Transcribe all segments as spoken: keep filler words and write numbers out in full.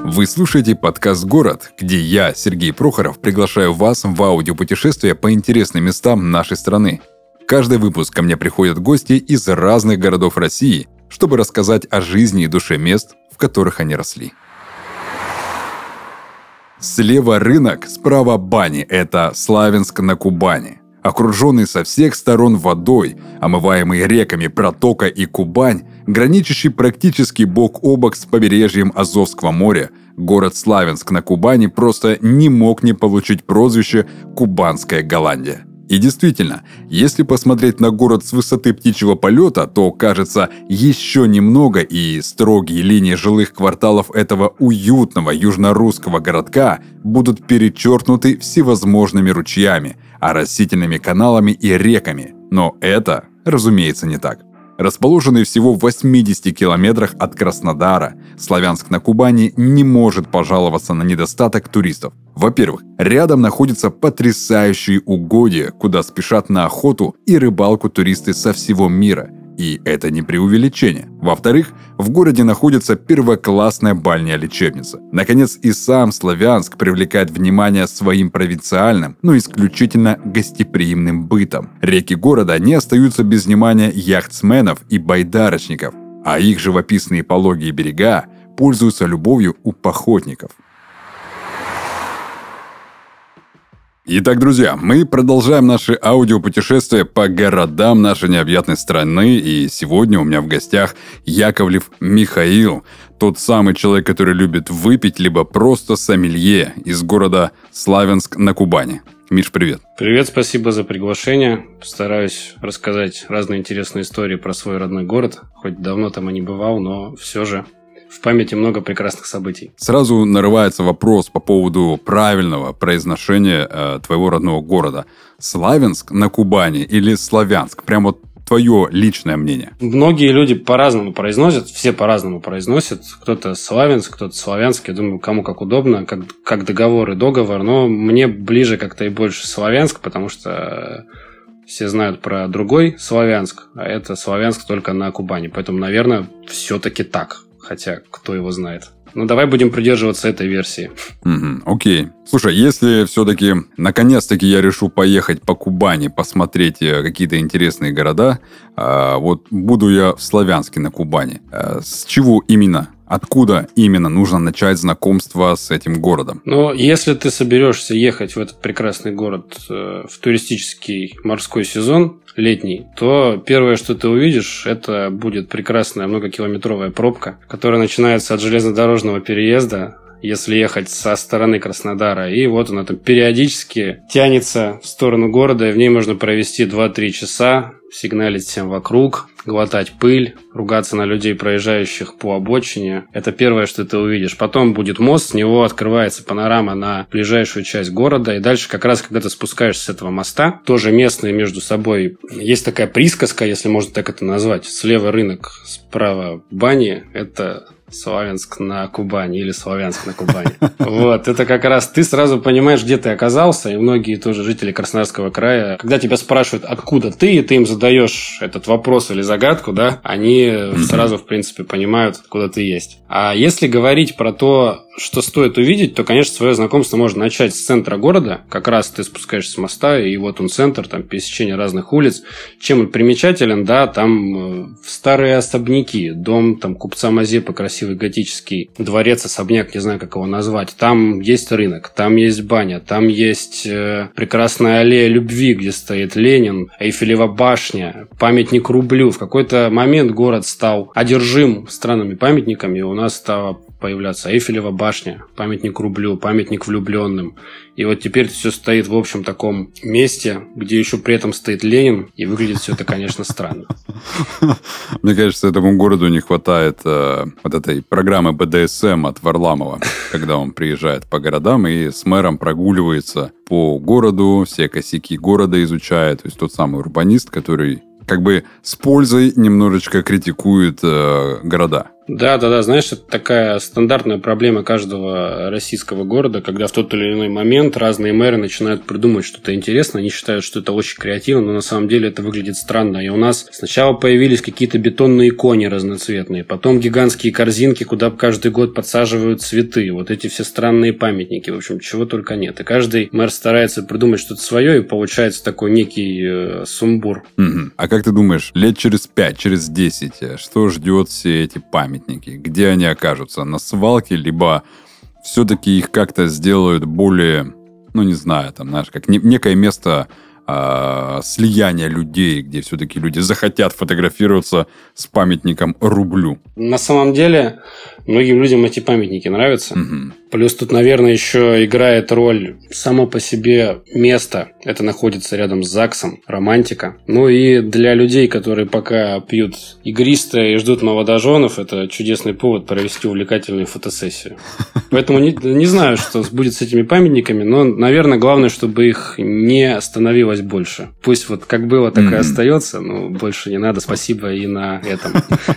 Вы слушаете подкаст «Город», где я, Сергей Прохоров, приглашаю вас в аудиопутешествие по интересным местам нашей страны. Каждый выпуск ко мне приходят гости из разных городов России, чтобы рассказать о жизни и душе мест, в которых они росли. Слева рынок, справа бани – это Славянск на Кубани. Окруженный со всех сторон водой, омываемый реками Протока и Кубань, граничащий практически бок о бок с побережьем Азовского моря, город Славянск на Кубани просто не мог не получить прозвище «Кубанская Голландия». И действительно, если посмотреть на город с высоты птичьего полета, то, кажется, еще немного и строгие линии жилых кварталов этого уютного южно-русского городка будут перечеркнуты всевозможными ручьями, оросительными каналами и реками. Но это, разумеется, не так. Расположенный всего в восьмидесяти километрах от Краснодара, Славянск на Кубани не может пожаловаться на недостаток туристов. Во-первых, рядом находятся потрясающие угодья, куда спешат на охоту и рыбалку туристы со всего мира. И это не преувеличение. Во-вторых, в городе находится первоклассная бальня-лечебница. Наконец, и сам Славянск привлекает внимание своим провинциальным, но исключительно гостеприимным бытом. Реки города не остаются без внимания яхтсменов и байдарочников, а их живописные пологие берега пользуются любовью у походников. Итак, друзья, мы продолжаем наше аудиопутешествие по городам нашей необъятной страны, и сегодня у меня в гостях Яковлев Михаил, тот самый человек, который любит выпить, либо просто сомелье из города Славянск на Кубани. Миш, привет. Привет, спасибо за приглашение. Постараюсь рассказать разные интересные истории про свой родной город, хоть давно там и не бывал, но все же... В памяти много прекрасных событий. Сразу нарывается вопрос по поводу правильного произношения э, твоего родного города. Славянск на Кубани или Славянск? Прям вот твое личное мнение. Многие люди по-разному произносят, все по-разному произносят. Кто-то Славянск, кто-то Славянск. Я думаю, кому как удобно, как, как договор и договор. Но мне ближе как-то и больше Славянск, потому что... Все знают про другой Славянск, а это Славянск только на Кубани. Поэтому, наверное, все-таки так. Хотя, кто его знает. Ну, давай будем придерживаться этой версии. Mm-hmm, окей. Слушай, если все-таки, наконец-таки я решу поехать по Кубани, посмотреть какие-то интересные города, э, вот буду я в Славянске на Кубани. Э, с чего именно? Откуда именно нужно начать знакомство с этим городом? Ну, если ты соберешься ехать в этот прекрасный город э, в туристический морской сезон, летний, то первое, что ты увидишь, это будет прекрасная многокилометровая пробка, которая начинается от железнодорожного переезда, если ехать со стороны Краснодара. И вот она там периодически тянется в сторону города, и в ней можно провести два-три часа, сигналить всем вокруг, глотать пыль, ругаться на людей, проезжающих по обочине. Это первое, что ты увидишь. Потом будет мост, с него открывается панорама на ближайшую часть города. И дальше как раз, когда ты спускаешься с этого моста, тоже местные между собой... Есть такая присказка, если можно так это назвать. Слева рынок, справа бани. Это... Славянск на Кубани или Славянск на Кубани. Вот, это как раз ты сразу понимаешь, где ты оказался, и многие тоже жители Краснодарского края, когда тебя спрашивают, откуда ты, и ты им задаешь этот вопрос или загадку, да, они сразу, в принципе, понимают, откуда ты есть. А если говорить про то, что стоит увидеть, то, конечно, свое знакомство можно начать с центра города. Как раз ты спускаешься с моста, и вот он центр, там пересечение разных улиц. Чем он примечателен, да, там старые особняки, дом там купца Мазепы, красивый готический дворец, особняк, не знаю, как его назвать. Там есть рынок, там есть баня, там есть э, прекрасная аллея любви, где стоит Ленин, Эйфелева башня, памятник рублю. В какой-то момент город стал одержим странными памятниками, и у нас стало появляться Эйфелева башня, памятник рублю, памятник влюбленным. И вот теперь все стоит в общем таком месте, где еще при этом стоит Ленин, и выглядит все это, конечно, странно. Мне кажется, этому городу не хватает э, вот этой программы бэ дэ эс эм от Варламова, когда он приезжает по городам и с мэром прогуливается по городу, все косяки города изучает. То есть тот самый урбанист, который как бы с пользой немножечко критикует э, города. Да, да, да, знаешь, это такая стандартная проблема каждого российского города, когда в тот или иной момент разные мэры начинают придумывать что-то интересное, они считают, что это очень креативно, но на самом деле это выглядит странно. И у нас сначала появились какие-то бетонные кони разноцветные, потом гигантские корзинки, куда каждый год подсаживают цветы, вот эти все странные памятники, в общем, чего только нет. И каждый мэр старается придумать что-то свое, и получается такой некий э, сумбур. Угу. А как ты думаешь, лет через пять, через десять, что ждет все эти памятники? Где они окажутся? На свалке, либо все-таки их как-то сделают более, ну, не знаю, там, знаешь, как не, некое место э, слияния людей, где все-таки люди захотят фотографироваться с памятником рублю? На самом деле, многим людям эти памятники нравятся. Угу. Плюс тут, наверное, еще играет роль само по себе место. Это находится рядом с ЗАГСом, романтика. Ну и для людей, которые пока пьют игристое и ждут молодоженов, это чудесный повод провести увлекательную фотосессию. Поэтому не, не знаю, что будет с этими памятниками, но, наверное, главное, чтобы их не становилось больше. Пусть вот как было, так и остается, но больше не надо. Спасибо и на этом.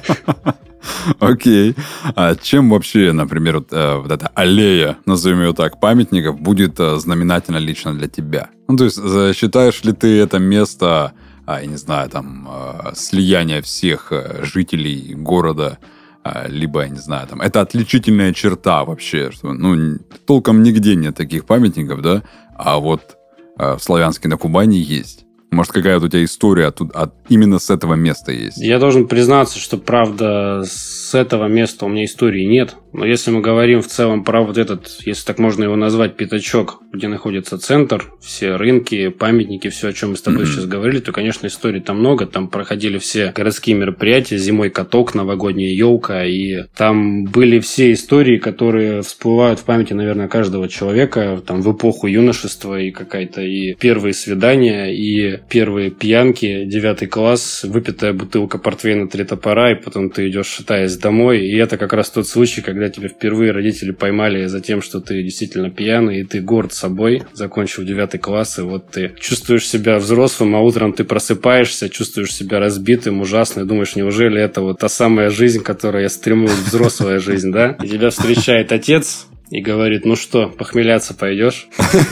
Окей. А чем вообще, например, вот, э, вот эта аллея, назовем ее так, памятников, будет э, знаменательна лично для тебя? Ну, то есть, э, считаешь ли ты это место, э, я не знаю, там, э, слияния всех э, жителей города, э, либо, я не знаю, там, это отличительная черта вообще, что, ну, толком нигде нет таких памятников, да, а вот э, в Славянске на Кубани есть. Может, какая-то у тебя история от, от, именно с этого места есть? Я должен признаться, что, правда, с этого места у меня истории нет. Но если мы говорим в целом про вот этот, если так можно его назвать, пятачок, где находится центр, все рынки, памятники, все, о чем мы с тобой mm-hmm. сейчас говорили, то, конечно, историй там много. Там проходили все городские мероприятия, зимой каток, новогодняя елка. И там были все истории, которые всплывают в памяти, наверное, каждого человека. Там в эпоху юношества и какая-то и первые свидания, и первые пьянки, девятый класс, выпитая бутылка портвейна «Три топора», и потом ты идешь, шатаясь домой. И это как раз тот случай, когда тебя впервые родители поймали за тем, что ты действительно пьяный, и ты горд собой, закончив девятый класс, и вот ты чувствуешь себя взрослым, а утром ты просыпаешься, чувствуешь себя разбитым, ужасно, и думаешь, неужели это вот та самая жизнь, к которой я стремлюсь, взрослая жизнь, да? И тебя встречает отец и говорит, ну что, похмеляться пойдешь?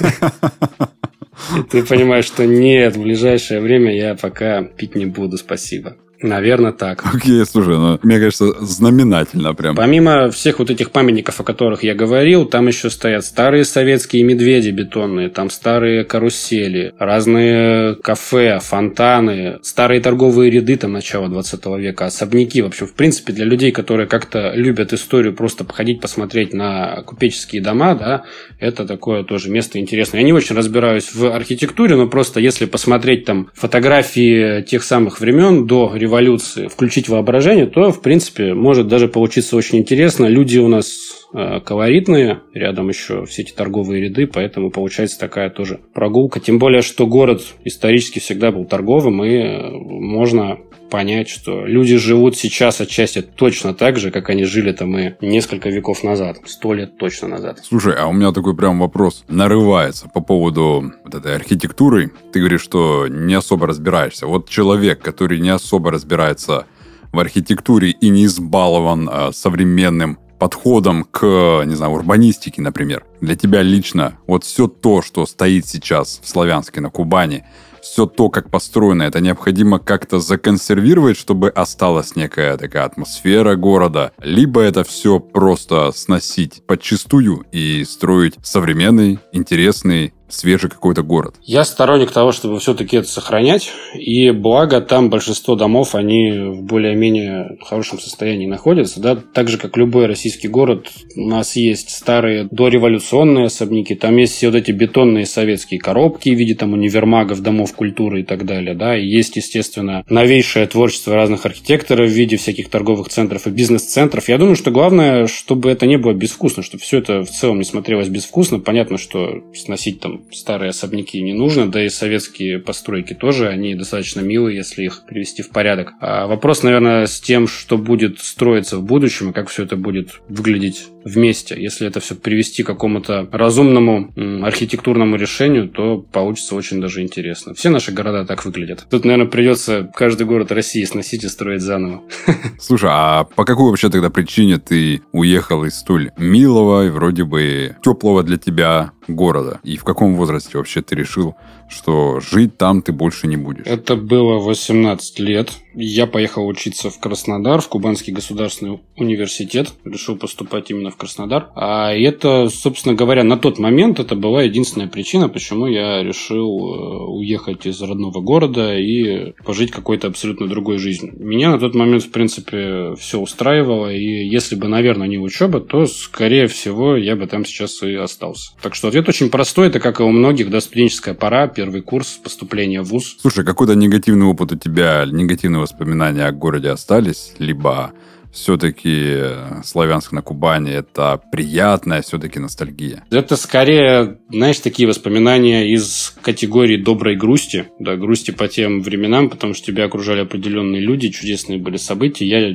И ты понимаешь, что нет, в ближайшее время я пока пить не буду, спасибо. Наверное, так. Окей, слушай, ну, мне кажется, знаменательно прям. Помимо всех вот этих памятников, о которых я говорил, там еще стоят старые советские медведи бетонные, там старые карусели, разные кафе, фонтаны, старые торговые ряды там начала двадцатого века, особняки. В общем, в принципе, для людей, которые как-то любят историю, просто походить, посмотреть на купеческие дома, да, это такое тоже место интересное. Я не очень разбираюсь в архитектуре, но просто если посмотреть там фотографии тех самых времен до революции, эволюции, включить воображение, то, в принципе, может даже получиться очень интересно. Люди у нас э, колоритные, рядом еще все эти торговые ряды, поэтому получается такая тоже прогулка. Тем более, что город исторически всегда был торговым, и э, можно понять, что люди живут сейчас отчасти точно так же, как они жили там и несколько веков назад, сто лет точно назад. Слушай, а у меня такой прям вопрос нарывается по поводу вот этой архитектуры. Ты говоришь, что не особо разбираешься. Вот человек, который не особо разбирается в архитектуре и не избалован а, современным подходом к, не знаю, урбанистике, например. Для тебя лично вот все то, что стоит сейчас в Славянске на Кубани, все то, как построено, это необходимо как-то законсервировать, чтобы осталась некая такая атмосфера города, либо это все просто сносить подчистую и строить современный, интересный, свежий какой-то город. Я сторонник того, чтобы все-таки это сохранять, и благо там большинство домов, они в более-менее хорошем состоянии находятся, да, так же, как любой российский город, у нас есть старые дореволюционные особняки, там есть все вот эти бетонные советские коробки в виде там универмагов, домов культуры и так далее, да, и есть, естественно, новейшее творчество разных архитекторов в виде всяких торговых центров и бизнес-центров. Я думаю, что главное, чтобы это не было безвкусно, чтобы все это в целом не смотрелось безвкусно. Понятно, что сносить там старые особняки не нужно, да и советские постройки тоже, они достаточно милые, если их привести в порядок. А вопрос, наверное, с тем, что будет строиться в будущем и как все это будет выглядеть вместе. Если это все привести к какому-то разумному м, архитектурному решению, то получится очень даже интересно. Все наши города так выглядят. Тут, наверное, придется каждый город России сносить и строить заново. Слушай, а по какой вообще тогда причине ты уехал из столь милого и вроде бы теплого для тебя города? И в каком возрасте вообще ты решил, что жить там ты больше не будешь? Это было восемнадцать лет. Я поехал учиться в Краснодар, в Кубанский государственный университет. Решил поступать именно в Краснодар. А это, собственно говоря, на тот момент это была единственная причина, почему я решил уехать из родного города и пожить какой-то абсолютно другой жизнью. Меня на тот момент, в принципе, все устраивало. И если бы, наверное, не учеба, то, скорее всего, я бы там сейчас и остался. Так что ответ очень простой. Это, как и у многих, да, студенческая пора, первый курс, поступление в вуз. Слушай, какой-то негативный опыт у тебя, негативные воспоминания о городе остались? Либо все-таки Славянск на Кубани – это приятная все-таки ностальгия? Это скорее, знаешь, такие воспоминания из категории доброй грусти. Да, грусти по тем временам, потому что тебя окружали определенные люди, чудесные были события. Я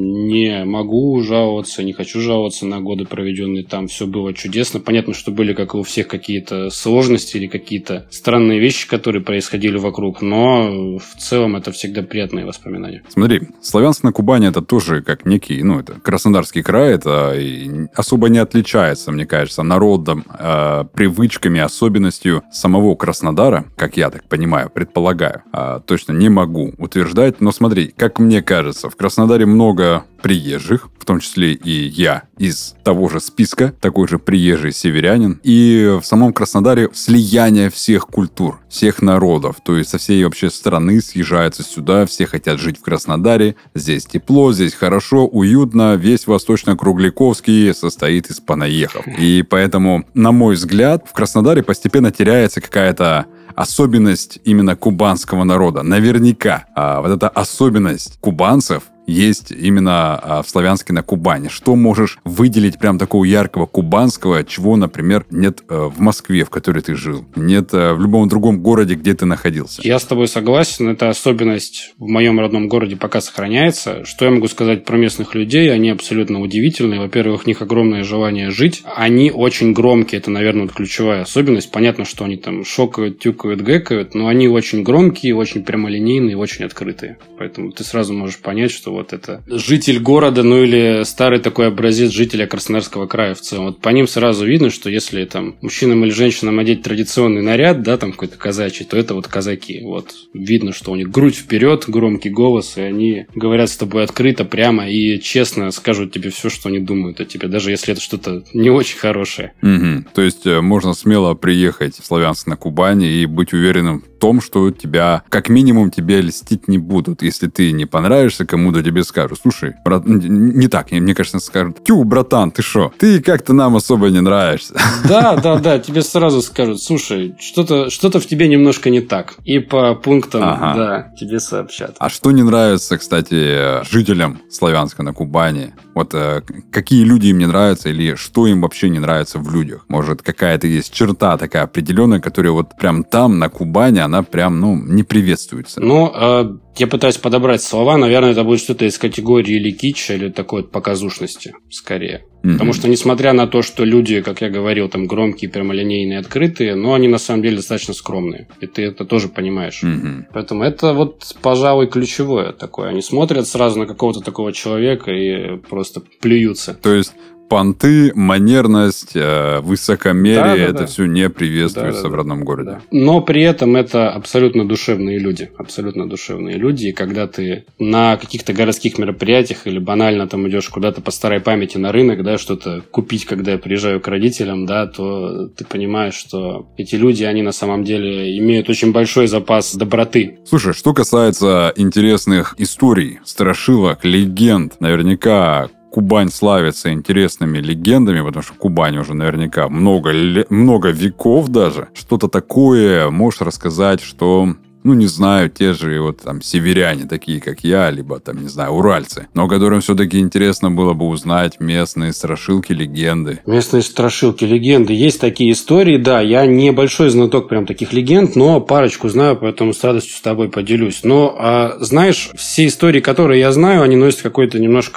не могу жаловаться, не хочу жаловаться на годы, проведенные там. Все было чудесно. Понятно, что были, как и у всех, какие-то сложности или какие-то странные вещи, которые происходили вокруг. Но в целом это всегда приятные воспоминания. Смотри, Славянск на Кубани – это тоже как некий, ну, это Краснодарский край, это особо не отличается, мне кажется, народом, э, привычками, особенностью самого Краснодара, как я так понимаю, предполагаю. Э, точно не могу утверждать, но смотри, как мне кажется, в Краснодаре много приезжих, в том числе и я из того же списка, такой же приезжий северянин. И в самом Краснодаре слияние всех культур, всех народов. То есть со всей вообще страны съезжаются сюда, все хотят жить в Краснодаре. Здесь тепло, здесь хорошо, уютно. Весь Восточно-Кругляковский состоит из понаехав. И поэтому, на мой взгляд, в Краснодаре постепенно теряется какая-то особенность именно кубанского народа. Наверняка а, вот эта особенность кубанцев есть именно а, в Славянске на Кубани. Что можешь выделить прям такого яркого кубанского, чего, например, нет а, в Москве, в которой ты жил? Нет а, в любом другом городе, где ты находился? Я с тобой согласен. Эта особенность в моем родном городе пока сохраняется. Что я могу сказать про местных людей? Они абсолютно удивительные. Во-первых, у них огромное желание жить. Они очень громкие. Это, наверное, вот ключевая особенность. Понятно, что они там шокают, тюкают, гэкают, но они очень громкие, очень прямолинейные, очень открытые. Поэтому ты сразу можешь понять, что вот это житель города, ну или старый такой образец жителя Краснодарского края в целом. Вот по ним сразу видно, что если там мужчинам или женщинам одеть традиционный наряд, да, там какой-то казачий, то это вот казаки. Вот видно, что у них грудь вперед, громкий голос, и они говорят с тобой открыто, прямо и честно скажут тебе все, что они думают о тебе, даже если это что-то не очень хорошее. Угу. То есть можно смело приехать в Славянск на Кубани и быть уверенным в том, что тебя, как минимум, тебе льстить не будут. Если ты не понравишься кому-то, тебе скажут: слушай, брат, не так, мне кажется, скажут: тю, братан, ты шо? Ты как-то нам особо не нравишься. Да, да, да, тебе сразу скажут: слушай, что-то, что-то в тебе немножко не так. И по пунктам, ага, да, тебе сообщат. А что не нравится, кстати, жителям Славянска на Кубани? Вот э, какие люди им не нравятся или что им вообще не нравится в людях? Может, какая-то есть черта такая определенная, которая вот прям там, на Кубани, она прям, ну, не приветствуется? Ну, э, я пытаюсь подобрать слова. Наверное, это будет что-то из категории или китча, или такой вот показушности, скорее. Mm-hmm. Потому что, несмотря на то, что люди, как я говорил, там громкие, прямолинейные, открытые, но они на самом деле достаточно скромные. И ты это тоже понимаешь. Mm-hmm. Поэтому это вот, пожалуй, ключевое такое. Они смотрят сразу на какого-то такого человека и просто плюются. То есть понты, манерность, высокомерие, да, да, это да. все не приветствуется да, да, в родном городе. Да. Но при этом это абсолютно душевные люди. Абсолютно душевные люди. И когда ты на каких-то городских мероприятиях или банально там идешь куда-то по старой памяти на рынок, да, что-то купить, когда я приезжаю к родителям, да, то ты понимаешь, что эти люди, они на самом деле имеют очень большой запас доброты. Слушай, что касается интересных историй, страшилок, легенд, наверняка Кубань славится интересными легендами, потому что Кубань уже наверняка много, много веков даже. Что-то такое можешь рассказать, что, ну, не знаю, те же вот там северяне, такие как я, либо там, не знаю, уральцы, но которым все-таки интересно было бы узнать местные страшилки, легенды. Местные страшилки, легенды. Есть такие истории, да. Я небольшой знаток прям таких легенд, но парочку знаю, поэтому с радостью с тобой поделюсь. Но, а, знаешь, все истории, которые я знаю, они носят какой-то немножко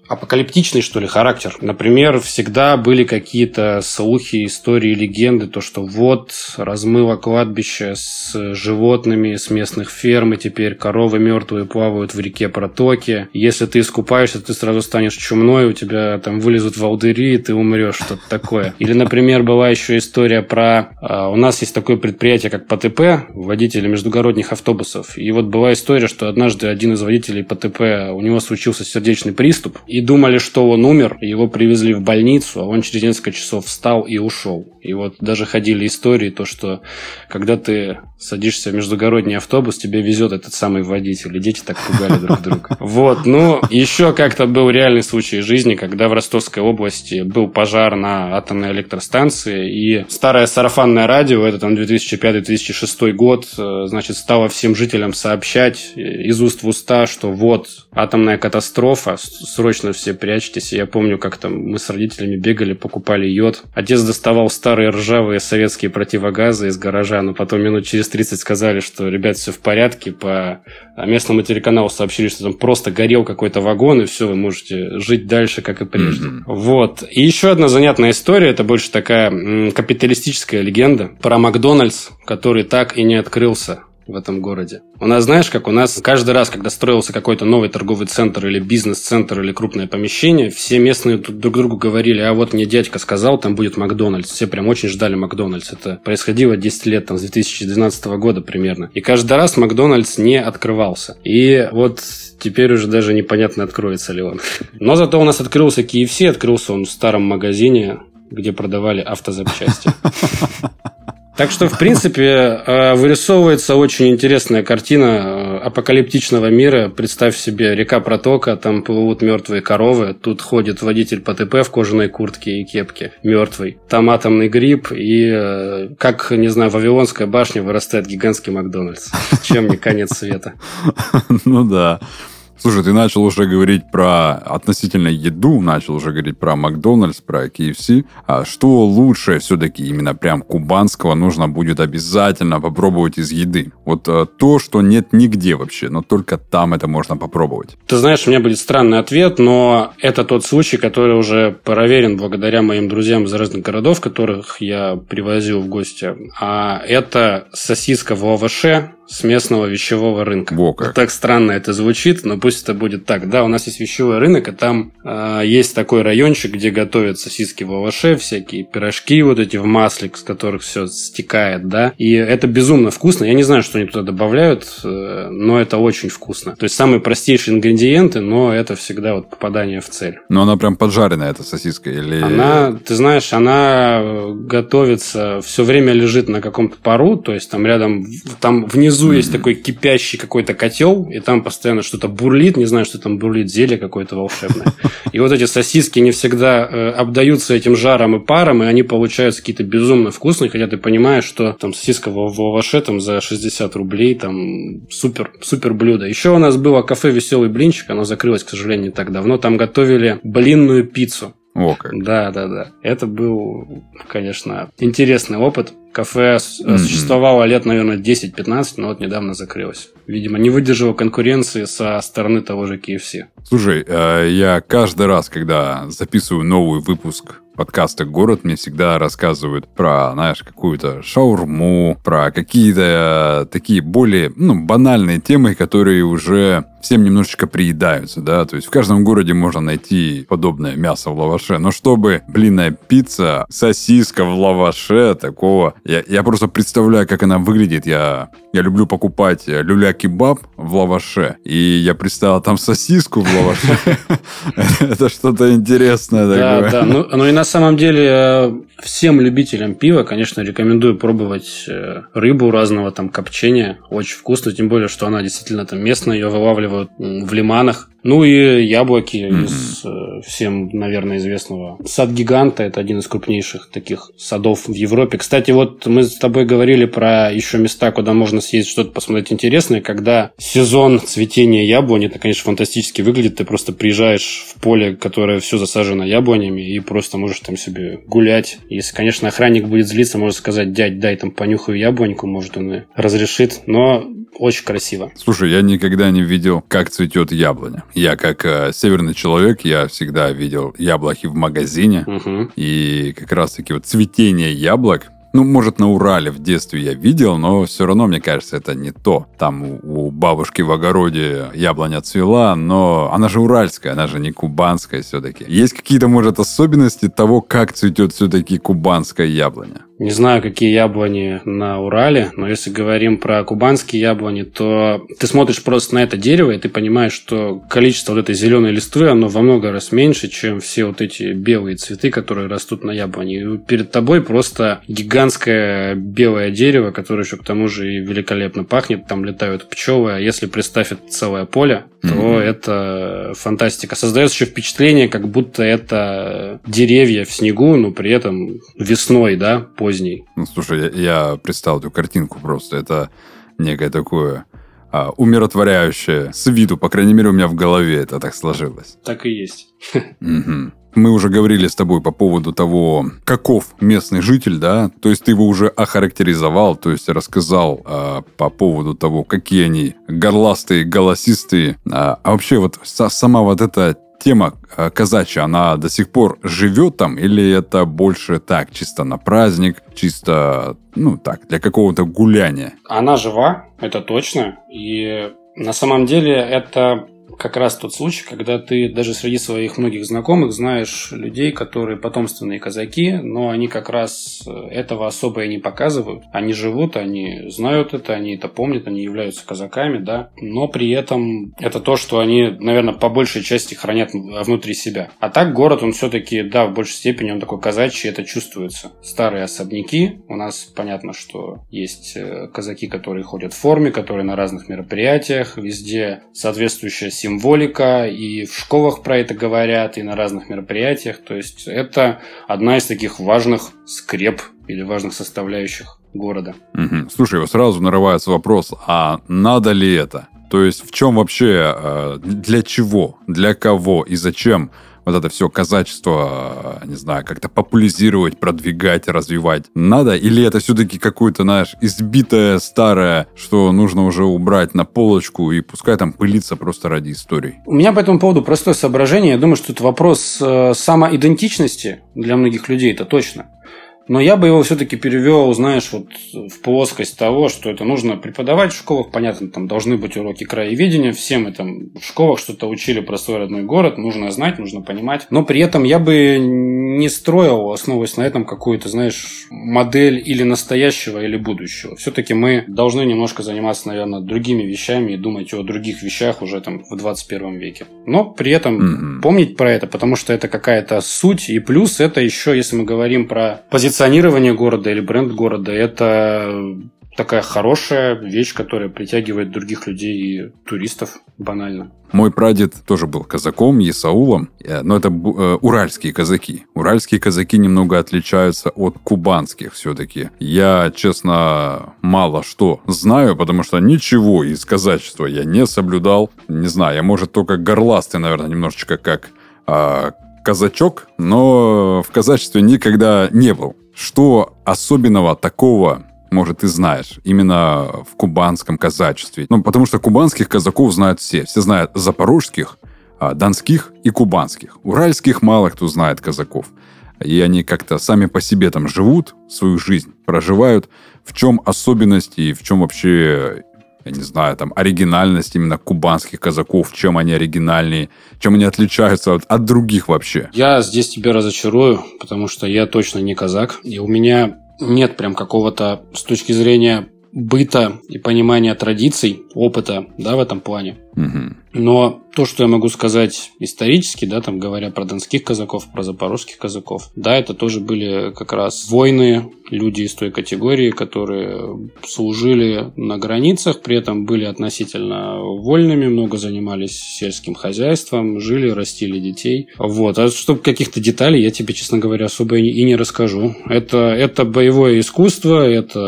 апокалиптичный, что ли, характер. Например, всегда были какие-то слухи, истории, легенды, то, что вот размыло кладбище с животными, с местных ферм, и теперь коровы мертвые плавают в реке протоки. Если ты искупаешься, ты сразу станешь чумной, у тебя там вылезут волдыри, и ты умрешь, что-то такое. Или, например, была еще история про... Uh, у нас есть такое предприятие, как ПТП, водители междугородних автобусов. И вот была история, что однажды один из водителей ПТП, у него случился сердечный приступ, и думали, что он умер, его привезли в больницу, а он через несколько часов встал и ушел. И вот даже ходили истории, то, что когда ты садишься в междугородний автобус, тебе везет этот самый водитель, и дети так пугали друг друга. Вот, ну, еще как-то был реальный случай жизни, когда в Ростовской области был пожар на атомной электростанции, и старое сарафанное радио, это там две тысячи пятый - две тысячи шестой год, значит, стало всем жителям сообщать из уст в уста, что вот, атомная катастрофа, срочно все прячьтесь. Я помню, как там мы с родителями бегали, покупали йод. Отец доставал старые ржавые советские противогазы из гаража, но потом минут через тридцать сказали, что, ребят, все в порядке. По местному телеканалу сообщили, что там просто горел какой-то вагон, и все, вы можете жить дальше, как и прежде. Mm-hmm. Вот. И еще одна занятная история, это больше такая м, капиталистическая легенда про Макдональдс, который так и не открылся в этом городе. У нас, знаешь, как у нас каждый раз, когда строился какой-то новый торговый центр или бизнес-центр или крупное помещение, все местные друг другу говорили, а вот мне дядька сказал, там будет Макдональдс. Все прям очень ждали Макдональдс. Это происходило десять лет, там, с две тысячи двенадцатого года примерно. И каждый раз Макдональдс не открывался. И вот теперь уже даже непонятно, откроется ли он. Но зато у нас открылся кей эф си, открылся он в старом магазине, где продавали автозапчасти. Так что, в принципе, вырисовывается очень интересная картина апокалиптичного мира. Представь себе, река протока, там плывут мертвые коровы, тут ходит водитель ПТП в кожаной куртке и кепке, мертвый. Там атомный гриб, и, как, не знаю, Вавилонская башня вырастает гигантский Макдональдс. Чем не конец света. Ну да. Слушай, ты начал уже говорить про относительно еду, начал уже говорить про Макдональдс, про кей эф си. А что лучше все-таки именно прям кубанского нужно будет обязательно попробовать из еды? Вот а, то, что нет нигде вообще, но только там это можно попробовать. Ты знаешь, у меня будет странный ответ, но это тот случай, который уже проверен благодаря моим друзьям из разных городов, которых я привозил в гости. А это сосиска в лаваше с местного вещевого рынка. Во как. Так странно это звучит, но пусть это будет так. Да, у нас есть вещевой рынок, и там э, есть такой райончик, где готовят сосиски в лаваше, всякие пирожки вот эти в масле, с которых все стекает, да. И это безумно вкусно. Я не знаю, что они туда добавляют, э, но это очень вкусно. То есть самые простейшие ингредиенты, но это всегда вот попадание в цель. Но она прям поджаренная, эта сосиска? Или... Она, ты знаешь, она готовится, все время лежит на каком-то пару, то есть там рядом, там внизу Внизу mm-hmm. есть такой кипящий какой-то котел, и там постоянно что-то бурлит, не знаю, что там бурлит, зелье какое-то волшебное. И вот эти сосиски не всегда э, обдаются этим жаром и паром, и они получаются какие-то безумно вкусные, хотя ты понимаешь, что там сосиска в, в лаваше там за шестьдесят рублей, там супер, супер блюдо. Еще у нас было кафе «Веселый блинчик», оно закрылось, к сожалению, не так давно. Там готовили блинную пиццу. О, как. Да, да, да. Это был, конечно, интересный опыт. Кафе mm-hmm. существовало лет, наверное, десять-пятнадцать, но вот недавно закрылось. Видимо, не выдержало конкуренции со стороны того же кей эф си. Слушай, я каждый раз, когда записываю новый выпуск подкаста «Город», мне всегда рассказывают про, знаешь, какую-то шаурму, про какие-то такие более, ну, банальные темы, которые уже всем немножечко приедаются, да, то есть в каждом городе можно найти подобное мясо в лаваше, но чтобы блинная пицца, сосиска в лаваше, такого, я, я просто представляю, как она выглядит, я, я люблю покупать люля-кебаб в лаваше, и я представил там сосиску в лаваше, это что-то интересное такое. Да, да, ну и на самом деле всем любителям пива, конечно, рекомендую пробовать рыбу разного там копчения, очень вкусно, тем более, что она действительно там местная, ее вылавливают в лиманах. Ну и яблоки mm-hmm. из э, всем, наверное, известного сад гиганта. Это один из крупнейших таких садов в Европе. Кстати, вот мы с тобой говорили про еще места, куда можно съездить, что-то посмотреть интересное. Когда сезон цветения яблони, это, конечно, фантастически выглядит. Ты просто приезжаешь в поле, которое все засажено яблонями, и просто можешь там себе гулять. Если, конечно, охранник будет злиться, может сказать: дядь, дай там понюхаю яблоньку, может, он и разрешит. Но очень красиво. Слушай, я никогда не видел, как цветет яблоня. Я как э, северный человек, я всегда видел яблоки в магазине. Угу. И как раз-таки вот цветение яблок, ну, может, на Урале в детстве я видел, но все равно, мне кажется, это не то. Там у, у бабушки в огороде яблоня цвела, но она же уральская, она же не кубанская все-таки. Есть какие-то, может, особенности того, как цветет все-таки кубанская яблоня? Не знаю, какие яблони на Урале, но если говорим про кубанские яблони, то ты смотришь просто на это дерево, и ты понимаешь, что количество вот этой зеленой листвы, оно во много раз меньше, чем все вот эти белые цветы, которые растут на яблоне. И перед тобой просто гигантское белое дерево, которое еще к тому же и великолепно пахнет, там летают пчелы, а если представь это целое поле, то mm-hmm. это фантастика. Создается еще впечатление, как будто это деревья в снегу, но при этом весной, да, поздней. Ну, слушай, я, я представил эту картинку просто. Это некое такое а, умиротворяющее с виду. По крайней мере, у меня в голове это так сложилось. Так и есть. Угу. Мы уже говорили с тобой по поводу того, каков местный житель, да? То есть ты его уже охарактеризовал, то есть рассказал а, по поводу того, какие они горластые, голосистые. А, а вообще вот сама вот эта тема казачья, она до сих пор живет там, или это больше так, чисто на праздник, чисто, ну так, для какого-то гуляния? Она жива, это точно. И на самом деле это как раз тот случай, когда ты даже среди своих многих знакомых знаешь людей, которые потомственные казаки, но они как раз этого особо и не показывают. Они живут, они знают это, они это помнят, они являются казаками, да, но при этом это то, что они, наверное, по большей части хранят внутри себя. А так город, он все-таки, да, в большей степени он такой казачий, это чувствуется. Старые особняки, у нас понятно, что есть казаки, которые ходят в форме, которые на разных мероприятиях, везде соответствующая символика, и в школах про это говорят, и на разных мероприятиях. То есть это одна из таких важных скреп или важных составляющих города. Угу. Слушай, вот сразу нарывается вопрос, а надо ли это? То есть в чем вообще, для чего, для кого и зачем вот это все казачество, не знаю, как-то популяризировать, продвигать, развивать надо? Или это все-таки какое-то, знаешь, избитое, старое, что нужно уже убрать на полочку и пускай там пылится просто ради истории? У меня по этому поводу простое соображение. Я думаю, что это вопрос самоидентичности для многих людей, это точно. Но я бы его все-таки перевел, знаешь, вот в плоскость того, что это нужно преподавать в школах. Понятно, там должны быть уроки краеведения. Все мы там в школах что-то учили про свой родной город. Нужно знать, нужно понимать. Но при этом я бы не строил, основываясь на этом, какую-то, знаешь, модель или настоящего, или будущего. Все-таки мы должны немножко заниматься, наверное, другими вещами и думать о других вещах уже там в двадцать первом веке. Но при этом mm-hmm. помнить про это, потому что это какая-то суть. И плюс это еще, если мы говорим про позиционирование, Позиционирование города или бренд города – это такая хорошая вещь, которая притягивает других людей и туристов банально. Мой прадед тоже был казаком, есаулом, но это э, уральские казаки. Уральские казаки немного отличаются от кубанских все-таки. Я, честно, мало что знаю, потому что ничего из казачества я не соблюдал. Не знаю, я, может, только горластый, наверное, немножечко как э, казачок, но в казачестве никогда не был. Что особенного такого, может, ты знаешь, именно в кубанском казачестве? Ну, потому что кубанских казаков знают все. Все знают запорожских, донских и кубанских. Уральских мало кто знает казаков. И они как-то сами по себе там живут, свою жизнь проживают. В чем особенность и в чем вообще, я не знаю, там, оригинальность именно кубанских казаков, чем они оригинальнее, чем они отличаются от, от других вообще? Я здесь тебя разочарую, потому что я точно не казак, и у меня нет прям какого-то, с точки зрения быта и понимания традиций, опыта, да, в этом плане. Угу. Но то, что я могу сказать исторически, да, там говоря про донских казаков, про запорожских казаков, да, это тоже были как раз воины, люди из той категории, которые служили на границах, при этом были относительно вольными, много занимались сельским хозяйством, жили, растили детей. Вот. А чтобы каких-то деталей я тебе, честно говоря, особо и не расскажу. Это, это боевое искусство, это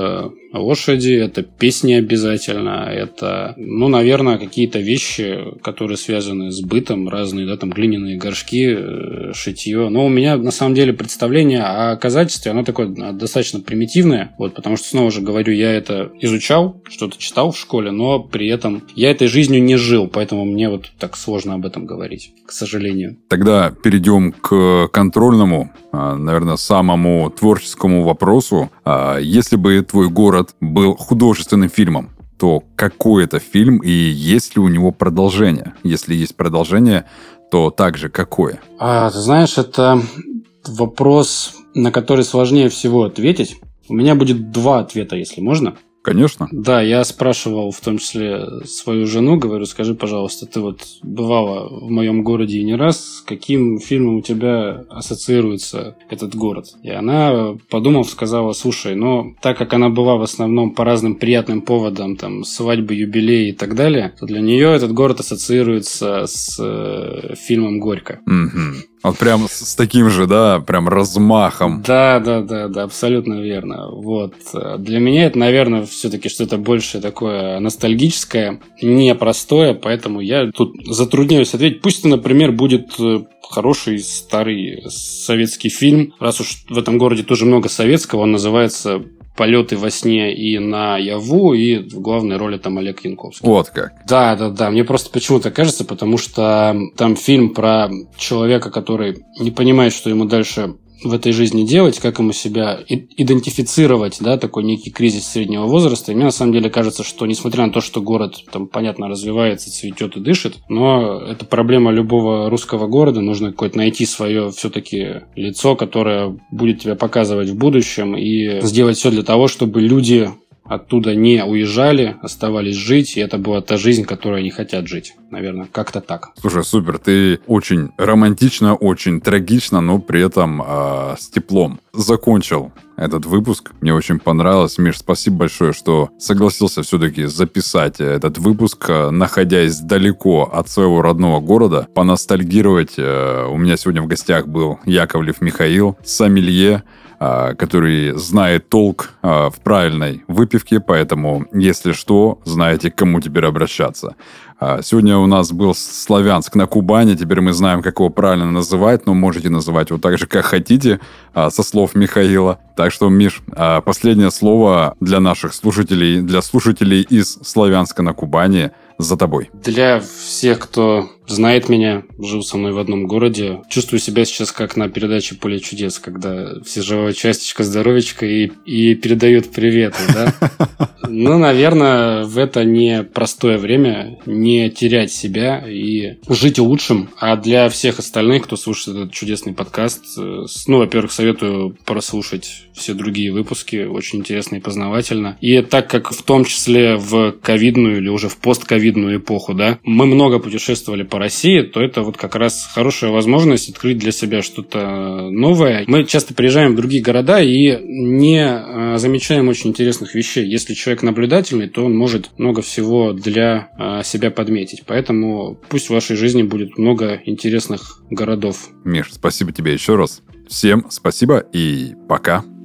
лошади, это песни обязательно, это, ну, наверное, какие-то вещи, которые связаны с бытом, разные, да, там, глиняные горшки, шитье. Но у меня, на самом деле, представление о казачестве, оно такое достаточно примитивное, вот, потому что, снова же говорю, я это изучал, что-то читал в школе, но при этом я этой жизнью не жил, поэтому мне вот так сложно об этом говорить, к сожалению. Тогда перейдем к контрольному, наверное, самому творческому вопросу. Если бы твой город был художественным фильмом, то какой это фильм и есть ли у него продолжение? Если есть продолжение, то также какое? А, ты знаешь, это вопрос, на который сложнее всего ответить. У меня будет два ответа, если можно. Конечно. Да, я спрашивал в том числе свою жену, говорю, скажи, пожалуйста, ты вот бывала в моем городе и не раз, с каким фильмом у тебя ассоциируется этот город? И она, подумав, сказала, слушай, ну, так как она была в основном по разным приятным поводам, там, свадьбы, юбилеи и так далее, то для нее этот город ассоциируется с э, фильмом «Горько». Угу. Вот прям с, с таким же, да, прям размахом. Да, да, да, да, абсолютно верно. Вот. Для меня это, наверное, все-таки что-то больше такое ностальгическое, непростое, поэтому я тут затрудняюсь ответить. Пусть это, например, будет хороший старый советский фильм. Раз уж в этом городе тоже много советского, он называется «Полеты во сне и наяву», и в главной роли там Олег Янковский. Вот как. Да, да, да. Мне просто почему-то кажется, потому что там фильм про человека, который не понимает, что ему дальше в этой жизни делать, как ему себя идентифицировать, да, такой некий кризис среднего возраста. И мне на самом деле кажется, что несмотря на то, что город там, понятно, развивается, цветет и дышит, но это проблема любого русского города. Нужно какое-то найти свое все-таки лицо, которое будет тебя показывать в будущем, и сделать все для того, чтобы люди оттуда не уезжали, оставались жить, и это была та жизнь, которой они хотят жить. Наверное, как-то так. Слушай, супер, ты очень романтично, очень трагично, но при этом э, с теплом закончил этот выпуск. Мне очень понравилось. Миш, спасибо большое, что согласился все-таки записать этот выпуск, находясь далеко от своего родного города, поностальгировать. У меня сегодня в гостях был Яковлев Михаил, сомелье, который знает толк в правильной выпивке, поэтому, если что, знаете, к кому теперь обращаться. Сегодня у нас был Славянск на Кубани, теперь мы знаем, как его правильно называть, но можете называть его так же, как хотите, со слов Михаила. Так что, Миш, последнее слово для наших слушателей, для слушателей из Славянска на Кубани за тобой. Для всех, кто знает меня, жил со мной в одном городе, чувствую себя сейчас как на передаче «Поле чудес», когда все живая частичка, здоровечка и, и передают приветы, да? Ну, наверное, в это непростое время не терять себя и жить лучшим. А для всех остальных, кто слушает этот чудесный подкаст, ну, во-первых, советую прослушать все другие выпуски, очень интересно и познавательно. И так как в том числе в ковидную или уже в постковидную эпоху, да, мы много путешествовали по России, то это вот как раз хорошая возможность открыть для себя что-то новое. Мы часто приезжаем в другие города и не замечаем очень интересных вещей. Если человек наблюдательный, то он может много всего для себя подметить. Поэтому пусть в вашей жизни будет много интересных городов. Миш, спасибо тебе еще раз. Всем спасибо и пока.